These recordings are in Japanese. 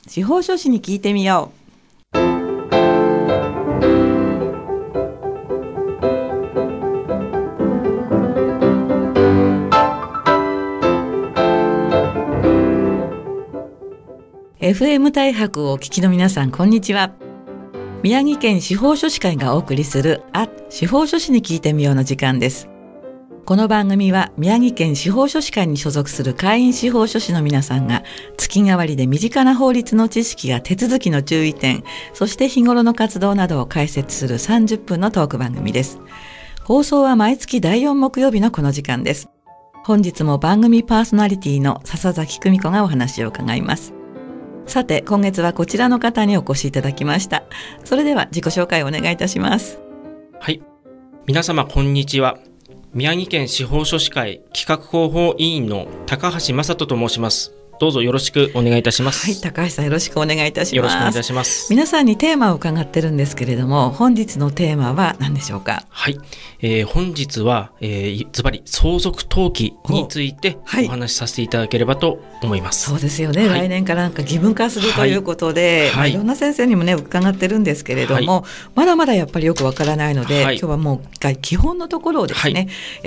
司法書士に聞いてみよう。FM 大白をお聞きの皆さん、こんにちは。宮城県司法書士会がお送りする司法書士に聞いてみようの時間です。この番組は宮城県司法書士会に所属する会員司法書士の皆さんが月替わりで身近な法律の知識や手続きの注意点、そして日頃の活動などを解説する30分のトーク番組です。放送は毎月第4木曜日のこの時間です。本日も番組パーソナリティの笹崎久美子がお話を伺います。さて、今月はこちらの方にお越しいただきました。それでは自己紹介をお願いいたします。 はい、皆様こんにちは。宮城県司法書士会企画広報委員の高橋正人と申します。どうぞよろしくお願いいたします。 はい、高橋さんよろしくお願いいたします。 よろしくお願いいたします。 皆さんにテーマを伺ってるんですけれども、本日のテーマは何でしょうか？ はい、本日は、ズバリ相続登記についてお話しさせていただければと思います。 そうですよね、はい、来年からなんか義務化するということで、はい、いろんな先生にもね伺ってるんですけれども、はい、まだまだやっぱりよくわからないので、はい、今日はもう一回基本のところをですね、はい、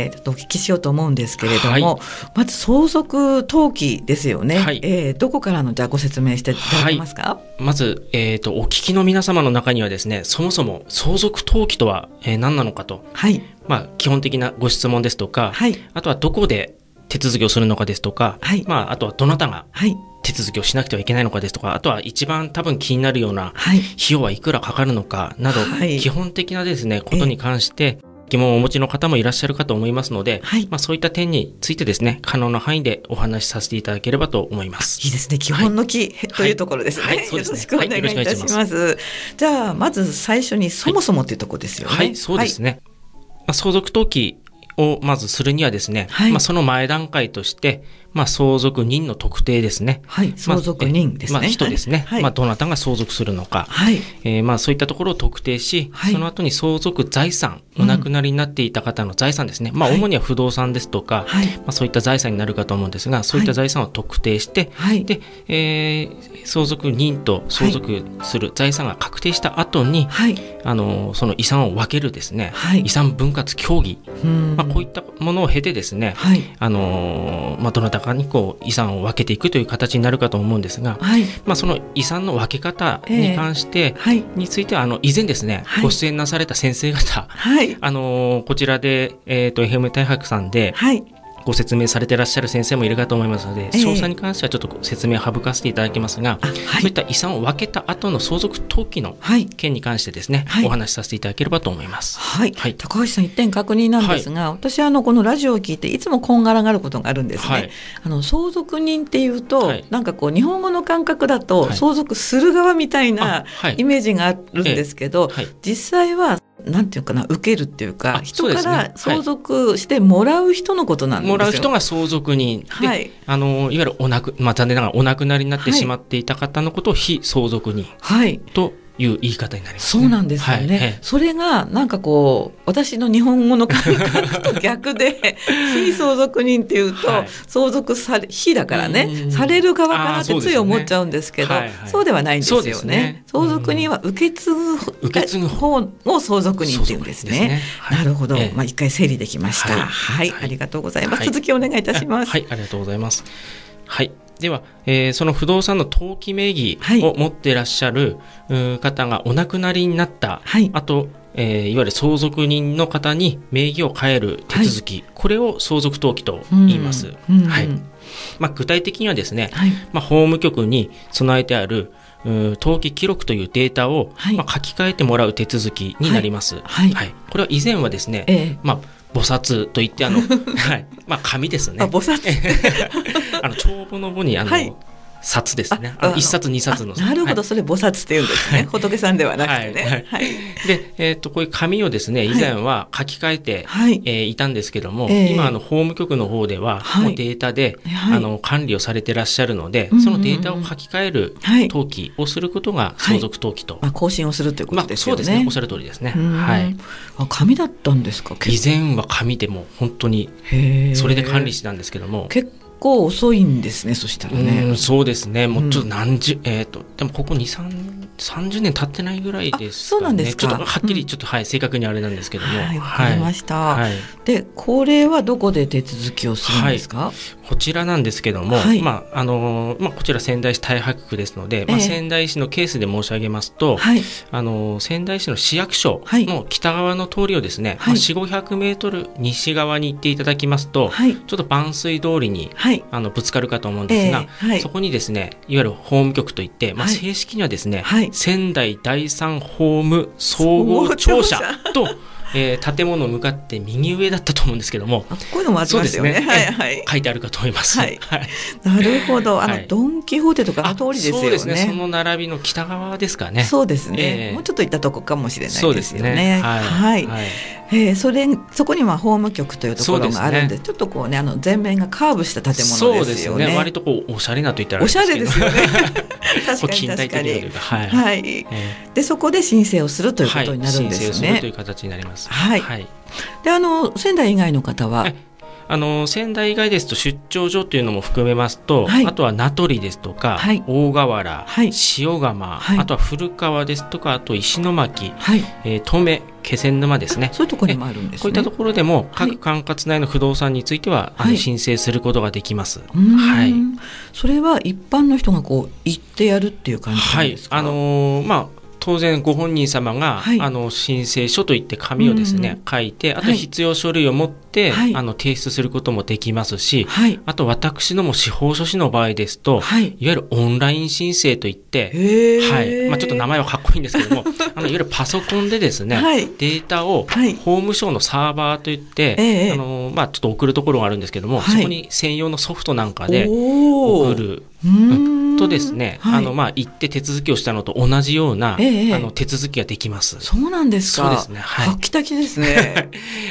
ちょっとお聞きしようと思うんですけれども、はい、まず相続登記ですよね。はい、どこからのじゃあご説明していただけますか？はい、 まず、お聞きの皆様の中にはですね、そもそも相続登記とは、何なのかと、はい、基本的なご質問ですとか、はい、あとはどこで手続きをするのかですとか、はい、あとはどなたが手続きをしなくてはいけないのかですとか、あとは一番多分気になるような費用はいくらかかるのかなど、はい、基本的なですねことに関して疑問をお持ちの方もいらっしゃるかと思いますので、はい、そういった点についてですね、可能な範囲でお話しさせていただければと思います。 いいですね、基本の基、はい、というところですね。はいはい、そうですね、よろしくお願いいたします。はい、じゃあまず最初にそもそもというところですよね。はい、 そうですね。はい、相続登記をまずするにはですね、はい、その前段階として、相続人の特定ですね。 はい、相続人ですね。 人ですね。はい、どなたが相続するのか。はい、そういったところを特定し、はい、その後に相続財産、お亡くなりになっていた方の財産ですね。主には不動産ですとか、はい、そういった財産になるかと思うんですが、そういった財産を特定して、はい、で、相続人と相続する財産が確定した後に、はい、その遺産を分けるですね、はい、遺産分割協議、こういったものを経てですね、はい、どなたかに遺産を分けていくという形になるかと思うんですが、はい、その遺産の分け方に関して、については以前ですね、はい、ご出演なされた先生方、はい、こちらで、FM 大白さんで、はいご説明されていらっしゃる先生もいるかと思いますので、詳細に関してはちょっと説明を省かせていただきますが、はい、そういった遺産を分けた後の相続登記の件に関してですね、はい、お話しさせていただければと思います。 はいはい、高橋さん一点確認なんですが、はい、私このラジオを聞いていつもこんがらがることがあるんですね。はい、相続人っていうと、はい、なんか日本語の感覚だと相続する側みたいなイメージがあるんですけど、実際はなんていうかな、受けるっていうか、人から相続してもらう人のことなんですよ。 もらう人が相続人で、はい、いわゆる残念ながらお亡くなりになってしまっていた方のことを非相続人という言い方になりますね。そうなんですよね。はい、 それがなんか私の日本語の感覚と逆で非相続人っていうと、はい、相続非だからね、される側かなってつい思っちゃうんですけど、そうではないんですよ ね。相続人は受け継ぐ方を相続人っていうんですね。なるほど、一回整理できました。はい、ありがとうございます。続きお願いいたします。 はい、ありがとうございます。はい、では、その不動産の登記名義を持っていらっしゃる方がお亡くなりになった、はい、あと、いわゆる相続人の方に名義を変える手続き、はい、これを相続登記と言います。はい、具体的にはですね、はい、法務局に備えてある登記記録というデータを、はい、書き換えてもらう手続きになります。はいはい、これは以前はですね、菩薩といってはい、紙ですね。 菩薩帳簿の簿に冊ですね。1冊2冊の。 なるほど、それ菩薩って言うんですね。はい、仏さんではなくてね。 はいはい、で、こういう紙をですね、以前は書き換えて、いたんですけども、今法務局の方では、もうデータで、管理をされてらっしゃるので、そのデータを書き換える登記をすることが相続登記と。 更新をするということですよね。 そうですね。おっしゃる通りですね。はい。 紙だったんですか？ 以前は紙でも本当にそれで管理してたんですけども。 結構遅いんですね、そしたらね。 そうですね、もうちょっとでもここ30年経ってないぐらいですかね。 そうなんですか。 ちょっとはっきりちょっと、正確にあれなんですけども。 わかりました。でこれはどこで手続きをするんですか？ こちらなんですけども、こちら仙台市太白区ですので、仙台市のケースで申し上げますと、仙台市の市役所の北側の通りをですね、400-500メートル西側に行っていただきますと、ちょっと万水通りに、ぶつかるかと思うんですが、そこにですね、いわゆる法務局といって、正式にはですね、仙台第三法務総合庁舎と建物向かって右上だったと思うんですけども、 こういうのもありますよね。 書いてあるかと思います。 なるほど。ドン・キホーテとかの通りですよね。 そうですね。その並びの北側ですかね。 そうですね。もうちょっと行ったとこかもしれないですよね。そこには法務局というところがあるんで、ちょっとこうね、前面がカーブした建物ですよね。そうですね。 割とこうおしゃれなと言ったらおしゃれですよね。確かに確かに。でそこで申請をするということになるんですね。 申請をするという形になります。 で仙台以外の方は仙台以外ですと出張所というのも含めますと、あとは名取ですとか、大河原、塩釜、あとは古川ですとか、あと石巻、登米、気仙沼ですね。 そういうところにもあるんですね。 こういったところでも各管轄内の不動産については申請することができます。 それは一般の人がこう行ってやるっていう感じなんですか？ 当然ご本人様が、申請書といって紙をですね、書いて、あと必要書類を持って、提出することもできますし、あと私ども司法書士の場合ですと、いわゆるオンライン申請といって、ちょっと名前はかっこいいんですけどもいわゆるパソコンでですね、データを法務省のサーバーといって、ちょっと送るところがあるんですけども、そこに専用のソフトなんかで送るとですね、行って手続きをしたのと同じような、手続きができます。 そうなんですか。 そうですね。 画期的ですね。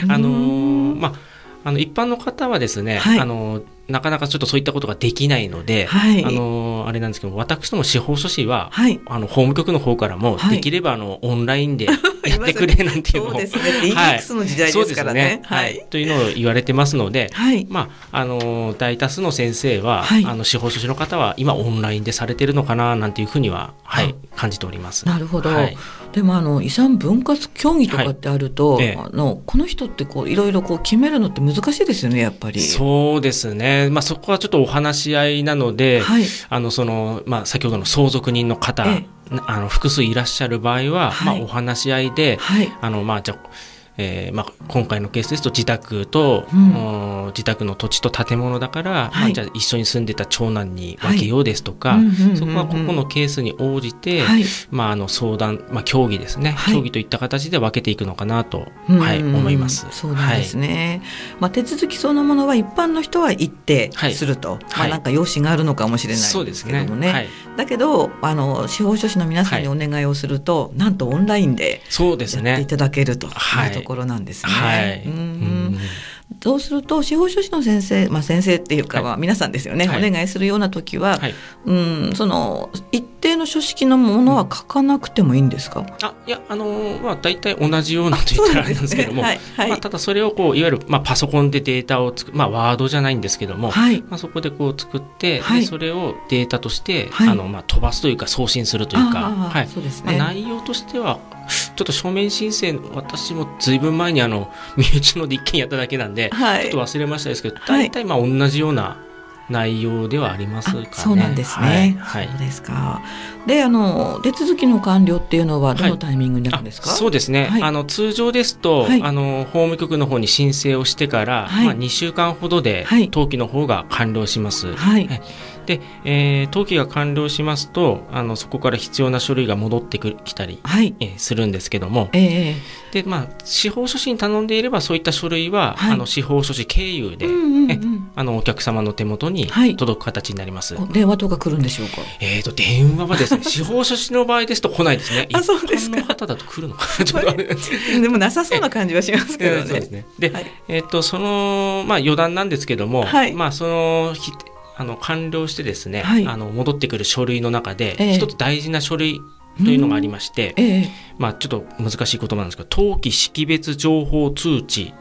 一般の方はですね、なかなかちょっとそういったことができないので、あれなんですけど、私ども司法書士は、法務局の方からも、できればオンラインでやってくれなんていうのを、 そうですね。DX の時代ですからね。 というのを言われてますので、大多数の先生は、司法書士の方は今オンラインでされてるのかななんていうふうには、感じております。 なるほど。でも遺産分割協議とかってあると、この人ってこういろいろこう決めるのって難しいですよね、やっぱり。そうですね。 そこはちょっとお話し合いなので、先ほどの相続人の方、複数いらっしゃる場合は、お話し合いで、じゃ今回のケースですと自宅と、自宅の土地と建物だから、じゃあ一緒に住んでた長男に分けようですとか、そこはここのケースに応じて、相談、協議ですね、協議といった形で分けていくのかなと、思います。 そうなんですね。手続きそのものは一般の人は行ってすると、なんか用紙があるのかもしれないんですけどもね。だけど司法書士の皆さんにお願いをすると、なんとオンラインでやっていただけるというところなんですね。そうすると司法書士の先生、先生っていうか皆さんですよね、お願いするような時は、その一定の書式のものは書かなくてもいいんですか？ いや大体同じようなと言ったらあれなんですけども、ただそれをこういわゆるパソコンでデータをワードじゃないんですけども、そこでこう作って、でそれをデータとして、飛ばすというか送信するというか、内容としてはちょっと書面申請、私もずいぶん前に身内の立件やっただけなんで、ちょっと忘れましたですけど、大体同じような内容ではありますかね。 そうなんですね。そうですか。で手続きの完了っていうのはどのタイミングになるんですか？ そうですね。通常ですと、法務局の方に申請をしてから、2週間ほどで登記の方が完了します。で、登記が完了しますとそこから必要な書類が戻ってきたり、するんですけども、で司法書士に頼んでいればそういった書類は、司法書士経由で、お客様の手元に届く形になります。 電話とか来るんでしょうか？ 電話はですね司法書士の場合ですと来ないですね。 そうですか。 一般の方だと来るのかでもなさそうな感じはしますけどね。 そうですね。で、その余談なんですけども、その完了してですね、戻ってくる書類の中で、一つ大事な書類というのがありまして、ちょっと難しい言葉なんですけど、登記識別情報通知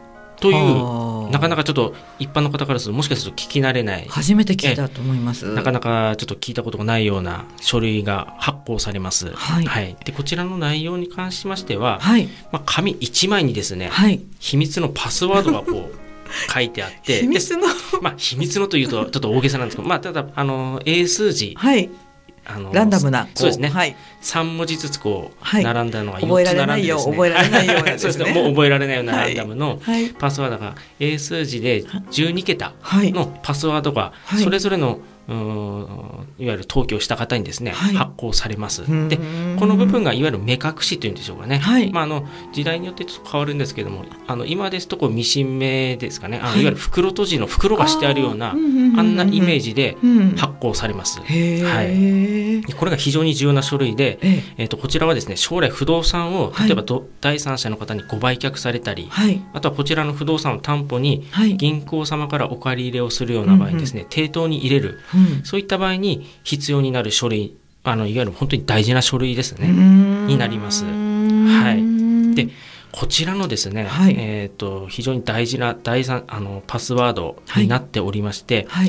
というなかなかちょっと一般の方からするともしかすると聞き慣れない、 初めて聞いたと思います。 なかなかちょっと聞いたことがないような書類が発行されます。はいはい、でこちらの内容に関しましては、はい、紙1枚にですね、はい、秘密のパスワードがこう書いてあって秘密の秘密のというとちょっと大げさなんですけど、ただ英数字、 はい、ランダムなそうですね、はい、3文字ずつこう並んだのが4つ並んでですね、 覚えられないようなですねそうですね、もう覚えられないようなランダムのパスワードが英数字で12桁のパスワードがそれぞれのいわゆる登記をした方にですね、はい、発行されます。でこの部分がいわゆる目隠しというんでしょうかね、はい、時代によってちょっと変わるんですけども、今ですとこうミシン目ですかね、いわゆる袋閉じの袋がしてあるような あんなイメージで発行されます。はい、これが非常に重要な書類で、こちらはですね、将来不動産を例えば第三者の方にご売却されたり、はい、あとはこちらの不動産を担保に銀行様からお借り入れをするような場合にですね、抵当に入れる、そういった場合に必要になる書類、いわゆる本当に大事な書類ですねになります。はい、でこちらのですね、はい、非常に大事なパスワードになっておりまして、はい、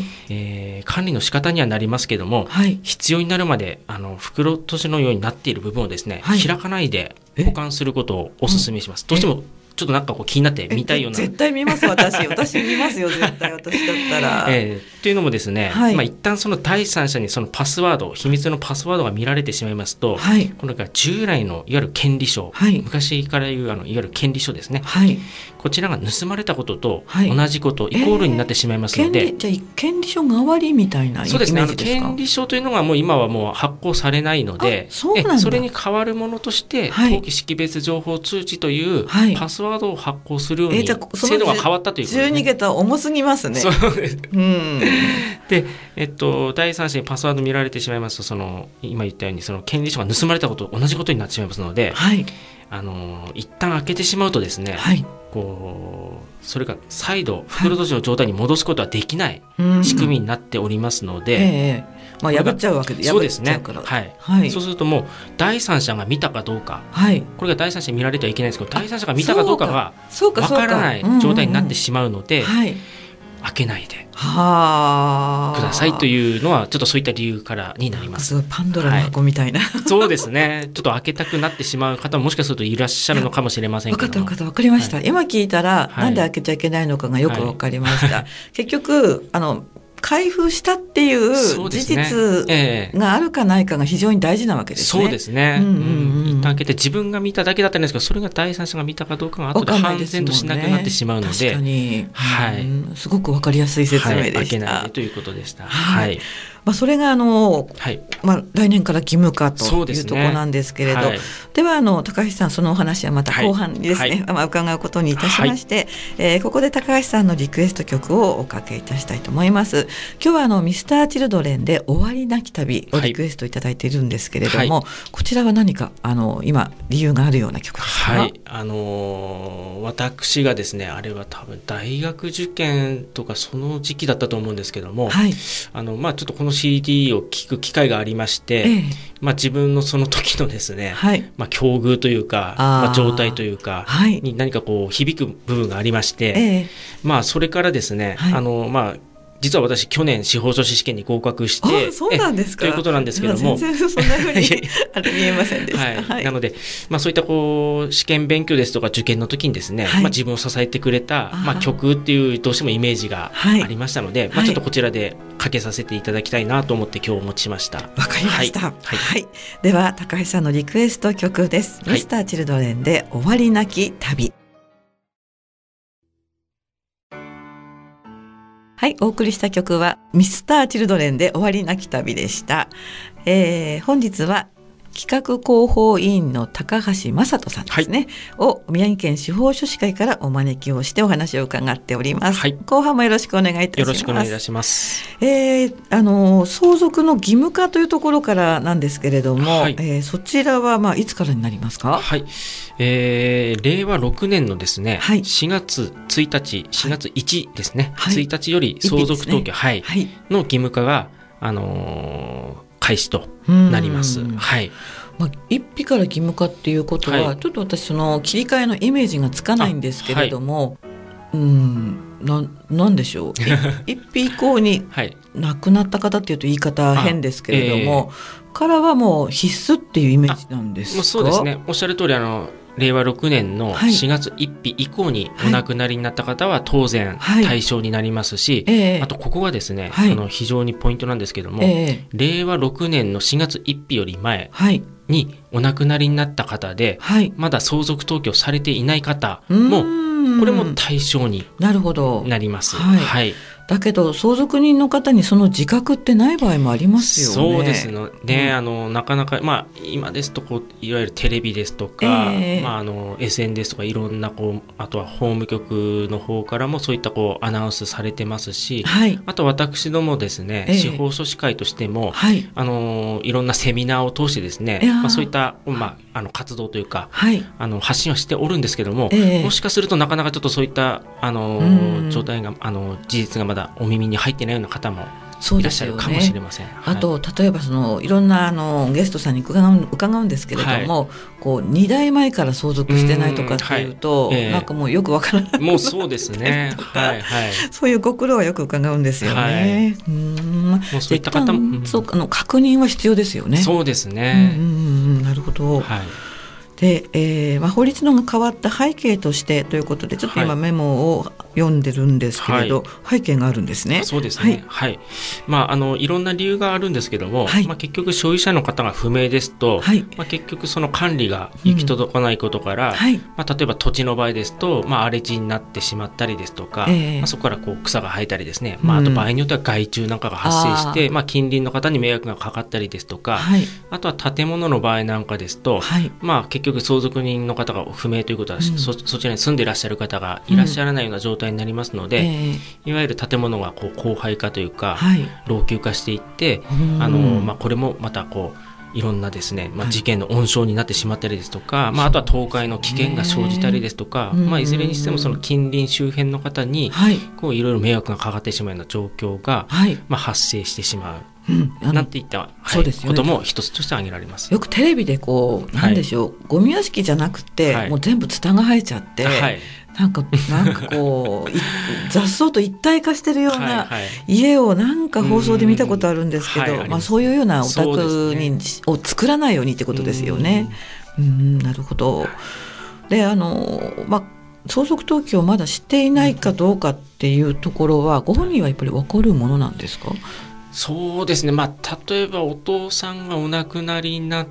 管理の仕方にはなりますけども、はい、必要になるまで袋閉じのようになっている部分をですね、はい、開かないで保管することをお勧めします。どうしてもちょっとなんかこう気になって見たいような、 絶対見ます私見ますよ、絶対私だったら、 というのもですね、はい、一旦その第三者にそのパスワード、秘密のパスワードが見られてしまいますと、はい、これが従来のいわゆる権利書、はい、昔からいういわゆる権利書ですね、はい、こちらが盗まれたことと同じこと、イコールになってしまいますので、 じゃあ権利書代わりみたいなイメージですか？ そうですね、権利書というのがもう今はもう発行されないので、それに代わるものとして、登記識別情報通知というパスワードを発行するように制度が変わったということですね。 12桁重すぎますね。 そうです、うん、で、第三者にパスワード見られてしまいますと、今言ったようにその権利書が盗まれたことと同じことになってしまいますので、はい、一旦開けてしまうとですね、はい、それが再度袋閉じの状態に戻すことはできない仕組みになっておりますので、 破っちゃうわけで、 そうですね、はいはい、そうするともう第三者が見たかどうか、はい、これが第三者に見られてはいけないんですけど、第三者が見たかどうかがわからない状態になってしまうので、開けないでくださいというのはちょっとそういった理由からになります。 すごいパンドラの箱みたいな、はい、 そうですね、ちょっと開けたくなってしまう方ももしかするといらっしゃるのかもしれませんけども、 分かりました、はい、今聞いたら、なんで開けちゃいけないのかがよく分かりました、はい、結局開封したっていう事実があるかないかが非常に大事なわけですね。 そうですね、一旦開けて自分が見ただけだったんですけど、それが第三者が見たかどうかが後で判然としなくなってしまうので、 確かに、はい、すごく分かりやすい説明でした、 開けないでということでした。はい、 それが来年から義務化というところなんですけれど、では高橋さん、そのお話はまた後半にですね、伺うことにいたしまして、ここで高橋さんのリクエスト曲をおかけいたしたいと思います。今日はミスターチルドレンで終わりなき旅をリクエストいただいているんですけれども、こちらは何か今理由があるような曲ですか？ はい、私がですね、あれは多分大学受験とかその時期だったと思うんですけども、はい、ちょっとこの CD を聴く機会がありまして、自分のその時のですね、はい、境遇というか、状態というか、に何かこう響く部分がありまして、それからですね、はい、実は私去年司法書士試験に合格して、 そうなんですか、 ということなんですけども、 全然そんなふうに見えませんでした、 はい、なので、そういった試験勉強ですとか受験の時にですね、自分を支えてくれた、曲っていうどうしてもイメージがありましたので、ちょっとこちらでかけさせていただきたいなと思って今日お持ちしました。 わかりました、はいでは高橋さんのリクエスト曲です、ミスターチルドレンで終わりなき旅。はい、お送りした曲はミスターチルドレンで終わりなき旅でした。本日は企画広報委員の高橋正人さんですね、を宮城県司法書士会からお招きをしてお話を伺っております、後半もよろしくお願いいたします。 よろしくお願いいたします。 相続の義務化というところからなんですけれども、そちらはいつからになりますか？ はい、令和6年のですね、4月1日4月1ですね、1日より相続登記、の義務化が、開始となります。はい、 一匹から義務化っていうことは、ちょっと私その切り替えのイメージがつかないんですけれども、 なんでしょう一匹以降に亡くなった方っていうと言い方変ですけれども、からはもう必須っていうイメージなんですか？ そうですね、おっしゃる通り令和6年の4月1日以降にお亡くなりになった方は当然対象になりますし、あとここがですね、非常にポイントなんですけども、令和6年の4月1日より前にお亡くなりになった方で、まだ相続登記をされていない方もこれも対象になります。 だけど相続人の方にその自覚ってない場合もありますよね。 そうですね、なかなか、今ですといわゆるテレビですとか、SN ですとかいろんなあとは法務局の方からもそういったアナウンスされてますし、あと私どもですね、司法書士会としても、いろんなセミナーを通してですね、そういった、活動というか、発信はしておるんですけども、もしかするとなかなかちょっとそういった状態が事実がまだお耳に入ってないような方もいらっしゃるかもしれません。 あと例えばいろんなゲストさんに伺うんですけれども、2代前から相続してないとかっていうと、なんかもうよくわからないもうそうですねそういうご苦労はよく伺うんですよね。 もうそういった方も確認は必要ですよね。 そうですね、 なるほど。で法律のが変わった背景としてということでちょっと今メモを読んでるんですけれど、背景があるんですね。 そうですね、いろんな理由があるんですけども、結局所有者の方が不明ですと、結局その管理が行き届かないことから、例えば土地の場合ですと、荒れ地になってしまったりですとか、そこから草が生えたりですね、あと場合によっては害虫なんかが発生して、近隣の方に迷惑がかかったりですとか、あとは建物の場合なんかですと、結局相続人の方が不明ということは、そちらに住んでいらっしゃる方がいらっしゃらないような状態になりますので、いわゆる建物が荒廃化というか、老朽化していって、これもまたいろんなですね、事件の温床になってしまったりですとか、あとは倒壊の危険が生じたりですとか、いずれにしてもその近隣周辺の方にいろいろ迷惑がかかってしまうような状況が、発生してしまう。なんていった、ことも一つとして挙げられます。 よくテレビでなんでしょう、ゴミ屋敷じゃなくて、もう全部ツタが生えちゃって、なんか雑草と一体化してるような家をなんか放送で見たことあるんですけど、そういうようなお宅を作らないようにってことですよね。なるほど。で相続登記をまだしていないかどうかっていうところはご本人はやっぱり分かるものなんですか？ そうですね、例えばお父さんがお亡くなりになって、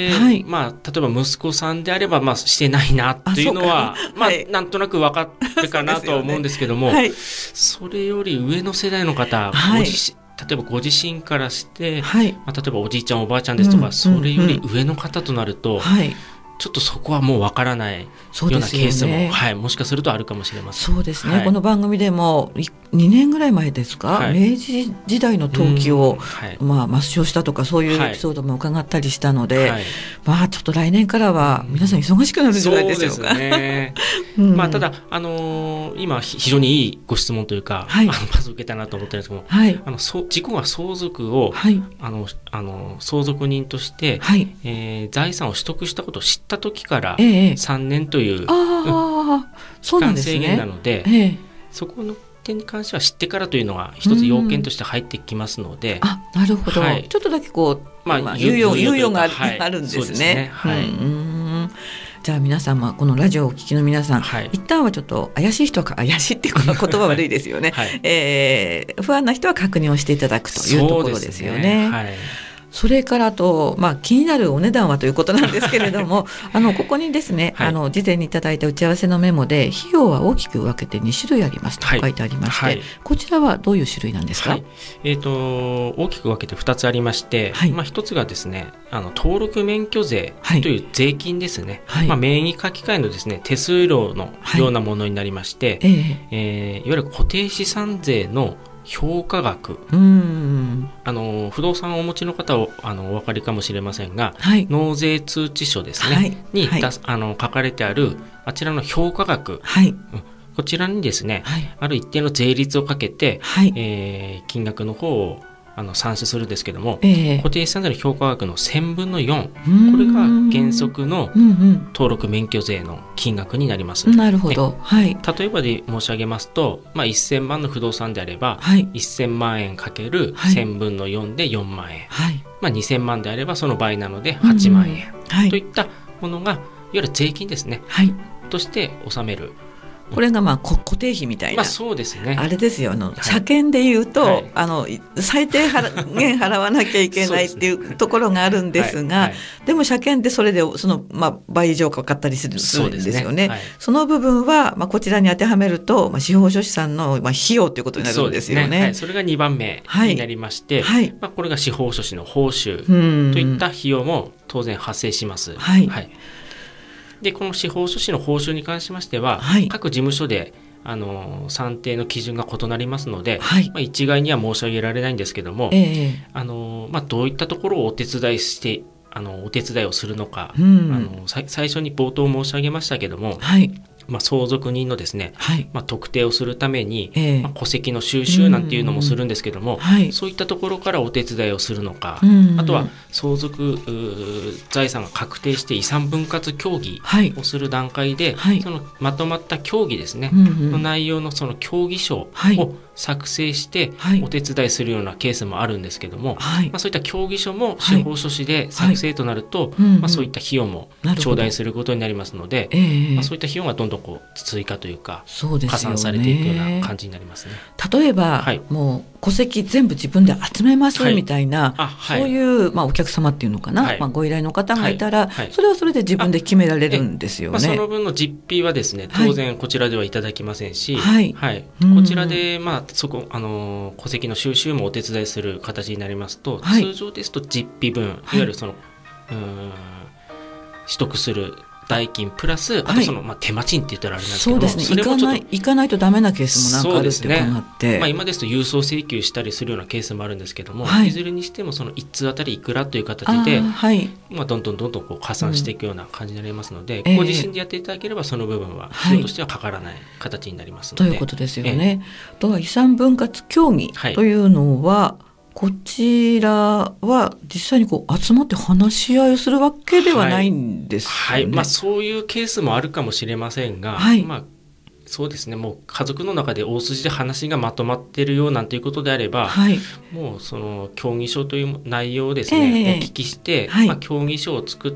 例えば息子さんであれば、してないなっていうのはなんとなく分かるかなとは思うんですけども、それより上の世代の方、例えばご自身からして、例えばおじいちゃんおばあちゃんですとか、それより上の方となると、ちょっとそこはもうわからないようなケースも、もしかするとあるかもしれません。 そうですね、この番組でも2年ぐらい前ですか、明治時代の登記を、抹消したとかそういうエピソードも伺ったりしたので、ちょっと来年からは皆さん忙しくなるんじゃないでしょうか。そうですねただ、今非常にいいご質問というか、まず受けたなと思ってるんですけども、自己が相続を、相続人として、財産を取得したことを知った時から3年という期間制限なので、そこの点に関しては知ってからというのが一つ要件として入ってきますので、 なるほど、ちょっとだけ猶予があるんですね。じゃあ皆さん、このラジオをお聞きの皆さん、一旦はちょっと怪しい人は怪しいっていう言葉悪いですよね、不安な人は確認をしていただくというところですよね。それからと、気になるお値段はということなんですけれどもここにですね、事前にいただいた打ち合わせのメモで費用は大きく分けて2種類ありますと書いてありまして、こちらはどういう種類なんですか？ 大きく分けて2つありまして、1つがですね登録免許税という税金ですね、名義書き換えのですね手数料のようなものになりまして、いわゆる固定資産税の評価額、不動産をお持ちの方はお分かりかもしれませんが、納税通知書ですね、に書かれてあるあちらの評価額、こちらにですね、ある一定の税率をかけて、金額の方を算出するんですけども、固定資産税の評価額の1000分の4、これが原則の登録免許税の金額になります。 なるほど、はい、 例えばで申し上げますと、1000万の不動産であれば、はい、1000万円かける1000分の4で4万円、はい、2000万であればその倍なので8万円、はい、といったものがいわゆる税金ですね、はい、として納める。 これが固定費みたいな、 そうですね、 あれですよ、車検でいうと、はい、最低限払わなきゃいけないっていうところがあるんですが、はいはい、でも車検でそれで倍以上かかったりするんですよね。その部分は、こちらに当てはめると、司法書士さんの費用ということになるんですよね。 それが2番目になりまして、はい、これが司法書士の報酬といった費用も当然発生します。はい、でこの司法書士の報酬に関しましては、はい、各事務所で算定の基準が異なりますので、はい、一概には申し上げられないんですけども、どういったところをお手伝いしてお手伝いをするのか、最初に冒頭申し上げましたけども、はい、相続人のですね、はい、特定をするために、戸籍の収集なんていうのもするんですけども、そういったところからお手伝いをするのか、あとは相続財産が確定して遺産分割協議をする段階で、そのまとまった協議ですね、の内容のその協議書を作成してお手伝いするようなケースもあるんですけども、そういった協議書も司法書士で作成となると、そういった費用も頂戴することになりますので、そういった費用がどんどん追加というか加算されていくような感じになりますね。 例えば、もう戸籍全部自分で集めますみたいな、そういう、お客様っていうのかな、ご依頼の方がいたら、それはそれで自分で決められるんですよね。 その分の実費はですね、当然こちらではいただきませんし、こちらで戸籍の収集もお手伝いする形になりますと、通常ですと実費分、いわゆる取得する代金プラス、あと手間賃って言ったらあれなんですけども、 そうですね、行かないとダメなケースもなんかあるって伺って、 今ですと郵送請求したりするようなケースもあるんですけども、いずれにしてもその1通あたりいくらという形で、どんどん加算していくような感じになりますので、ご自身でやっていただければその部分は費用としてはかからない形になりますので、 ということですよね。あとは遺産分割協議というのは、こちらは実際に集まって話し合いをするわけではないんですよね。 そういうケースもあるかもしれませんが、そうですね、もう家族の中で大筋で話がまとまっているようなんていうことであれば、もうその協議書という内容をですね、お聞きして、協議書を作って、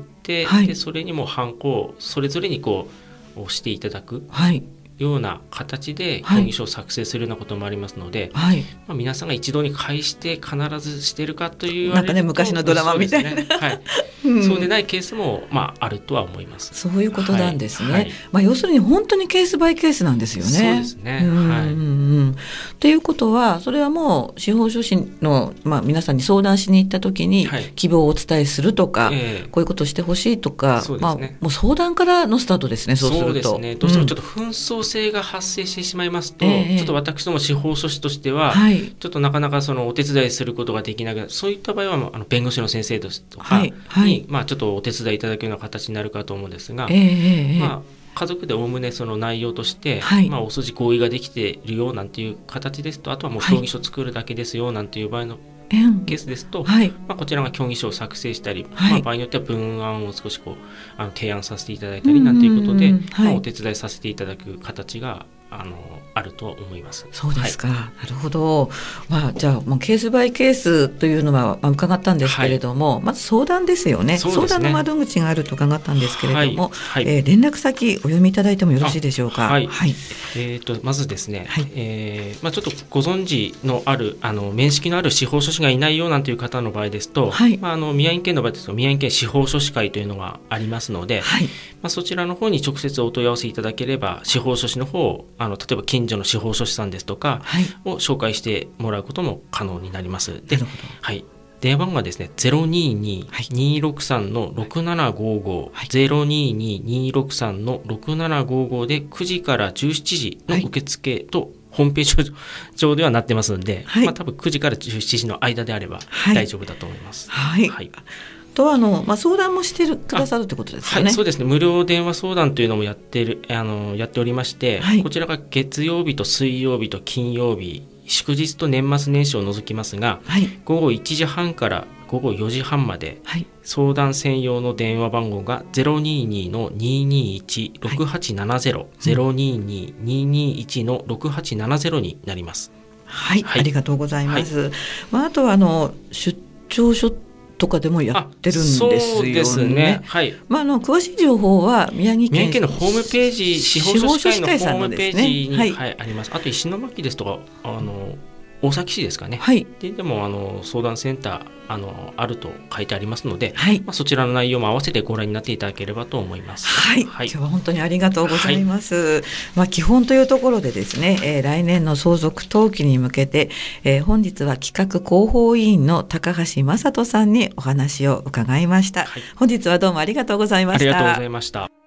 でそれにもハンコをそれぞれに押していただく。ような形で協議書を作成するようなこともありますので、皆さんが一堂に会して必ずしているかというなんかね、昔のドラマみたいな、 そうでないケースもあるとは思います。 そういうことなんですね。要するに本当にケースバイケースなんですよね。 そうですね。 ということは、それはもう司法書士の、皆さんに相談しに行った時に希望をお伝えするとか、こういうことをしてほしいとか、もう相談からのスタートですね。そうすると、 そうですね、どうしてもちょっと紛争性が発生してしまいますと、ちょっと私ども司法書士としては、ちょっとなかなかそのお手伝いすることができなく、そういった場合は弁護士の先生とかに、ちょっとお手伝いいただくような形になるかと思うんですが、家族でおおむねその内容として、お筋合意ができているよなんていう形ですと、あとはもう協議書作るだけですよなんていう場合のケースですと、こちらが協議書を作成したり、場合によっては文案を少し提案させていただいたりなんていうことで、お手伝いさせていただく形があると思います。 そうですか、なるほど。じゃあもうケースバイケースというのは伺ったんですけれども、まず相談ですよね。相談の窓口があると伺ったんですけれども、連絡先お読みいただいてもよろしいでしょうか。 まずですね、ちょっとご存知のある面識のある司法書士がいないようなんていう方の場合ですと、宮城県の場合ですと宮城県司法書士会というのがありますので、そちらの方に直接お問い合わせいただければ、司法書士の方例えば近所の司法書士さんですとかを紹介してもらうことも可能になります。で、電話番号はですね、022-263-6755、022-263-6755で9時から17時の受付と、ホームページ上ではなってますので、多分9時から17時の間であれば大丈夫だと思います。 と相談もしてくださるということですよね。 そうですね、無料電話相談というのもやっておりまして、こちらが月曜日と水曜日と金曜日祝日と年末年始を除きますが、午後1時半から午後4時半まで、相談専用の電話番号が 022-221-6870、022-221-6870 になります。 ありがとうございます。あとは出張所とかでもやってるんですよね。 そうですね。 詳しい情報は宮城県のホームページ、司法書士会のホームページに、あります。あと石巻ですとか大崎市ですかね、でも相談センターあると書いてありますので、そちらの内容も合わせてご覧になっていただければと思います。 今日は本当にありがとうございます。基本というところでですね、来年の相続登記に向けて、本日は企画広報委員の高橋正人さんにお話を伺いました。本日はどうもありがとうございました。 ありがとうございました。